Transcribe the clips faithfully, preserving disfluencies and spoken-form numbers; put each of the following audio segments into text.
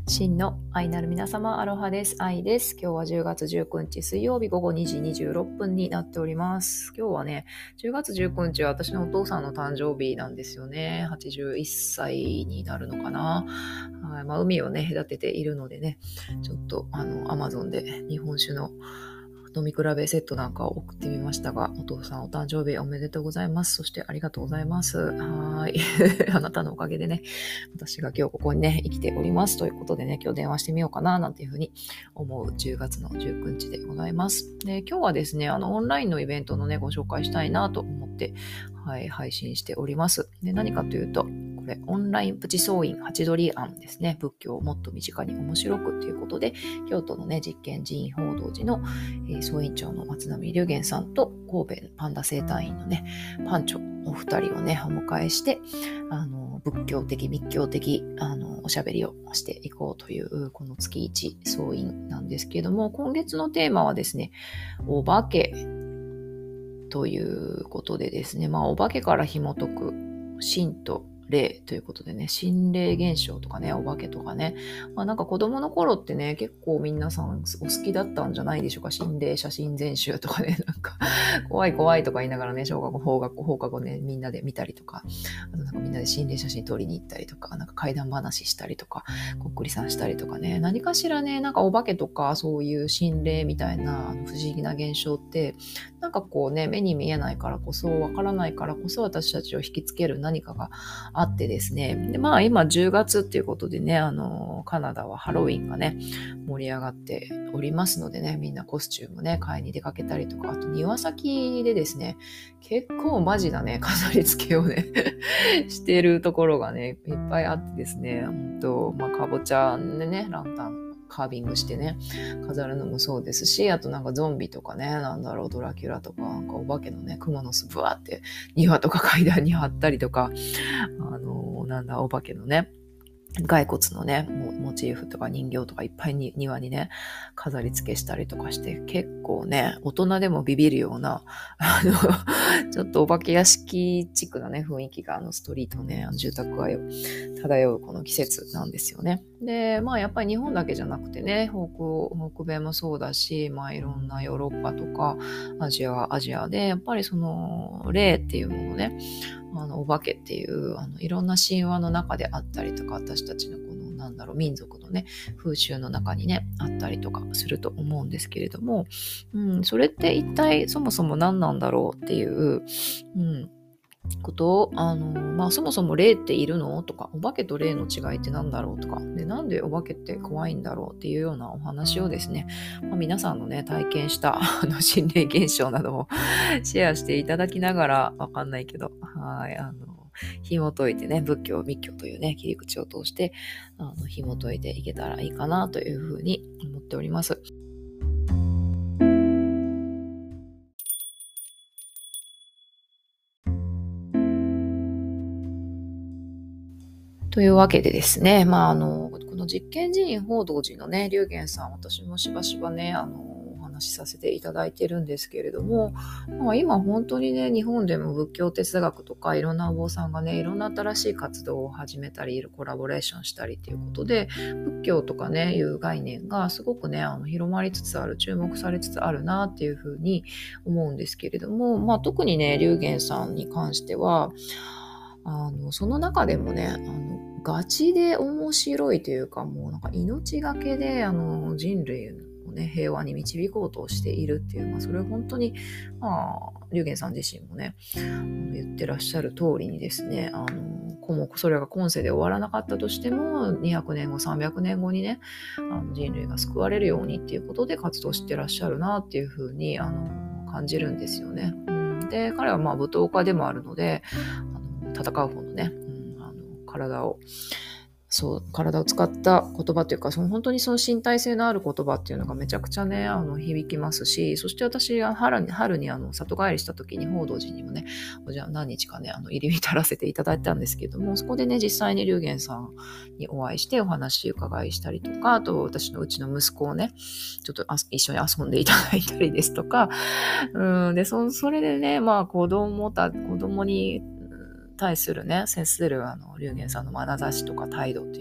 真の愛なる皆様、アロハです。愛です。今日はじゅうがつじゅうくにち水曜日午後にじにじゅうろっぷんになっております。今日はね、じゅうがつじゅうくにちは私のお父さんの誕生日なんですよね。はちじゅういっさいになるのかな。はい、まあ、海をね、隔てているのでね、ちょっとあの、アマゾンで日本酒の飲み比べセットなんかを送ってみましたが、お父さんお誕生日おめでとうございます。そしてありがとうございます。はい。あなたのおかげでね、私が今日ここにね、生きておりますということでね、今日電話してみようかななんていうふうに思うじゅうがつのじゅうくにちでございます。で、今日はですね、あの、オンラインのイベントのね、ご紹介したいなと思って、はい、配信しております。で、何かというと、これ、オンラインプチ総院ハチドリ案ですね。仏教をもっと身近に面白くということで、京都のね、実験寺院報道寺の、えー、総院長の松並龍玄さんと神戸パンダ生態院のね、パンチョお二人をね、お迎えして、あの、仏教的、密教的、あの、おしゃべりをしていこうという、この月一総院なんですけれども、今月のテーマはですね、お化けということでですね、まあ、お化けから紐解く神と霊ということでね、心霊現象とかね、お化けとかね、まあなんか子供の頃ってね、結構皆さんお好きだったんじゃないでしょうか。心霊写真全集とかね、なんか怖い怖いとか言いながらね、小学校、放学校、放課後ね、みんなで見たりとか、あとなんかみんなで心霊写真撮りに行ったりとか、なんか怪談話したりとか、こっくりさんしたりとかね、何かしらね、なんかお化けとかそういう心霊みたいなあの不思議な現象って、なんかこうね、目に見えないからこそ、わからないからこそ私たちを引きつける何かがあってですね。で、まあ今じゅうがつっていうことでね、あの、カナダはハロウィンがね、盛り上がっておりますのでね、みんなコスチュームね、買いに出かけたりとか、あと庭先でですね、結構マジなね、飾り付けをね、してるところがね、いっぱいあってですね、ほんと、まあかぼちゃでね、ランタン、カービングしてね、飾るのもそうですし、あとなんかゾンビとかね、なんだろう、ドラキュラとか、なんかお化けのね、クモの巣ブワーって庭とか階段に貼ったりとか、あの、なんだ、お化けのね、骸骨のね、モチーフとか人形とかいっぱいに庭にね、飾り付けしたりとかして、結構ね、大人でもビビるような、あの、ちょっとお化け屋敷地区なね、雰囲気があのストリートね、あの住宅街を漂うこの季節なんですよね。で、まあやっぱり日本だけじゃなくてね、北欧、北米もそうだし、まあいろんなヨーロッパとかアジア、アジアで、やっぱりその霊っていうものね、あのお化けっていうあのいろんな神話の中であったりとか、私たちのこのなんだろう民族のね風習の中にねあったりとかすると思うんですけれども、うん、それって一体そもそも何なんだろうっていう、うん、ことをあの、まあ、そもそも霊っているのとか、お化けと霊の違いって何だろうとかで、なんでお化けって怖いんだろうっていうようなお話をですね、まあ、皆さんのね体験したあの心霊現象などをシェアしていただきながら、わかんないけど、はい、あの紐解いてね、仏教密教というね切り口を通してあの紐解いていけたらいいかなというふうに思っております。というわけでですね、まあ、あの、この実験寺院報道寺のね、龍玄さん、私もしばしばね、あの、お話しさせていただいてるんですけれども、まあ、今本当にね、日本でも仏教哲学とかいろんなお坊さんがね、いろんな新しい活動を始めたり、コラボレーションしたりということで、仏教とかね、いう概念がすごくね、あの広まりつつある、注目されつつあるなっていうふうに思うんですけれども、まあ、特にね、龍玄さんに関しては、あのその中でもね、あのガチで面白いというか、もうなんか命がけであの人類をね平和に導こうとしているっていう、まあ、それは本当に、まあ、龍玄さん自身もね言ってらっしゃる通りにですね、あのこもそれが今世で終わらなかったとしてもにひゃくねんごさんびゃくねんごにねあの人類が救われるようにっていうことで活動してらっしゃるなっていうふうにあの感じるんですよね。うん、で彼はまあ舞踏家でもあるので、戦う方のね、うん、あの体をそう体を使った言葉というか、その本当にその身体性のある言葉っていうのがめちゃくちゃねあの響きますし、そして私が春に春にあの里帰りした時に報道寺にもねおじゃ何日かねあの入り浸らせていただいたんですけども、そこでね実際に龍玄さんにお会いしてお話伺いしたりとか、あと私のうちの息子をねちょっと一緒に遊んでいただいたりですとか、うんで そ, それでねまあ子供た子供に対するね接するあの龍玄さんの眼差しとか態度ということと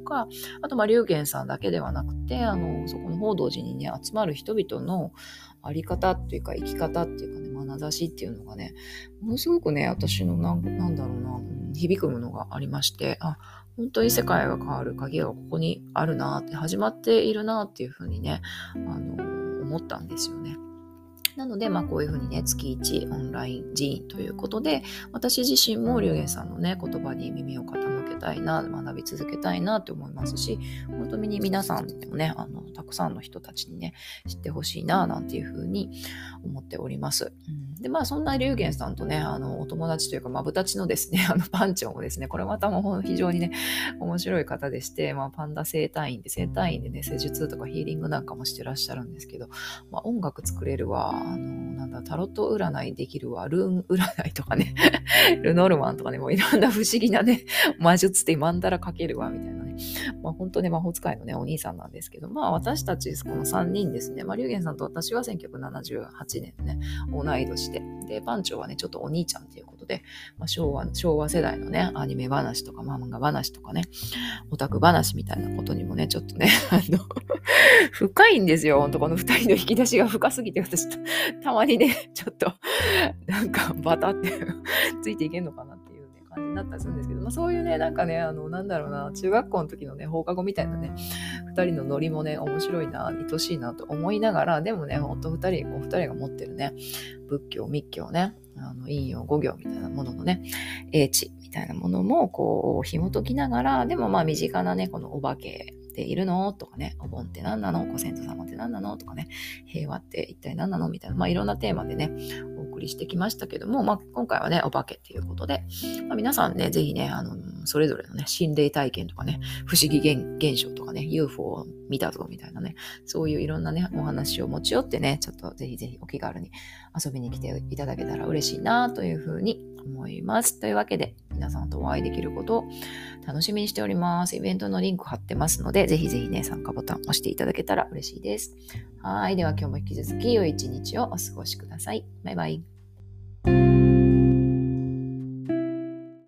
か、あとまあ龍玄さんだけではなくて、あのそこの報道寺にね集まる人々のあり方っていうか生き方っていうかね、眼差しっていうのがね、ものすごくね私のなんなんだろうな、響くものがありまして、あ、本当に世界が変わる鍵がここにあるなって、始まっているなっていうふうにね、あの思ったんですよね。なので、まあ、こういうふうにね、月いちオンライン寺院ということで、私自身も龍玄さんのね、言葉に耳を傾けたいな、学び続けたいなって思いますし、本当に皆さんでもね、あの、たくさんの人たちにね、知ってほしいな、なんていうふうに思っております。うん、で、まあ、そんな龍玄さんとね、あの、お友達というか、まぶたちのですね、あの、パンチョンもですね、これまたもう非常にね、面白い方でして、まあ、パンダ生態院で、生態院でね、施術とかヒーリングなんかもしてらっしゃるんですけど、まあ、音楽作れるわ、あの、なんだ、タロット占いできるわ、ルーン占いとかね、ルノルマンとかね、もういろんな不思議なね、魔術でマンダラかけるわ、みたいなね。まあ本当ね、魔法使いのね、お兄さんなんですけど、まあ私たち、このさんにんですね、まあ龍玄さんと私はせんきゅうひゃくななじゅうはちねんね、同い年で、で、パンチョはね、ちょっとお兄ちゃんということで、まあ、昭和、昭和世代のね、アニメ話とか漫画話とかね、オタク話みたいなことにもね、ちょっとね、あの、深いんですよ。ほんとこの二人の引き出しが深すぎて、私、たまにね、ちょっと、なんか、バタってついていけんのかなっていうね、感じになったりするんですけど、まあそういうね、なんかね、あの、なんだろうな、中学校の時のね、放課後みたいなね、二人のノリもね、面白いな、愛しいなと思いながら、でもね、ほんと二人、お二人が持ってるね、仏教、密教ね、あの陰陽五行みたいなもののね、英知みたいなものもこう紐解きながら、でもまあ身近なね、このお化けでいるのとかね、お盆って何なの、ご先祖様って何なのとかね、平和って一体何なのみたいな、まあいろんなテーマでね、お送りしてきましたけども、まあ今回はね、お化けっていうことで、まあ、皆さんね、ぜひね、あの、それぞれのね、心霊体験とかね、不思議現象とかね、ユーフォー を見たぞみたいなね、そういういろんなね、お話を持ち寄ってね、ちょっとぜひぜひお気軽に遊びに来ていただけたら嬉しいなというふうに思います。というわけで、皆さんとお会いできることを楽しみにしております。イベントのリンク貼ってますので、ぜひぜひね、参加ボタン押していただけたら嬉しいです。はい。では今日も引き続き良い一日をお過ごしください。バイバイ。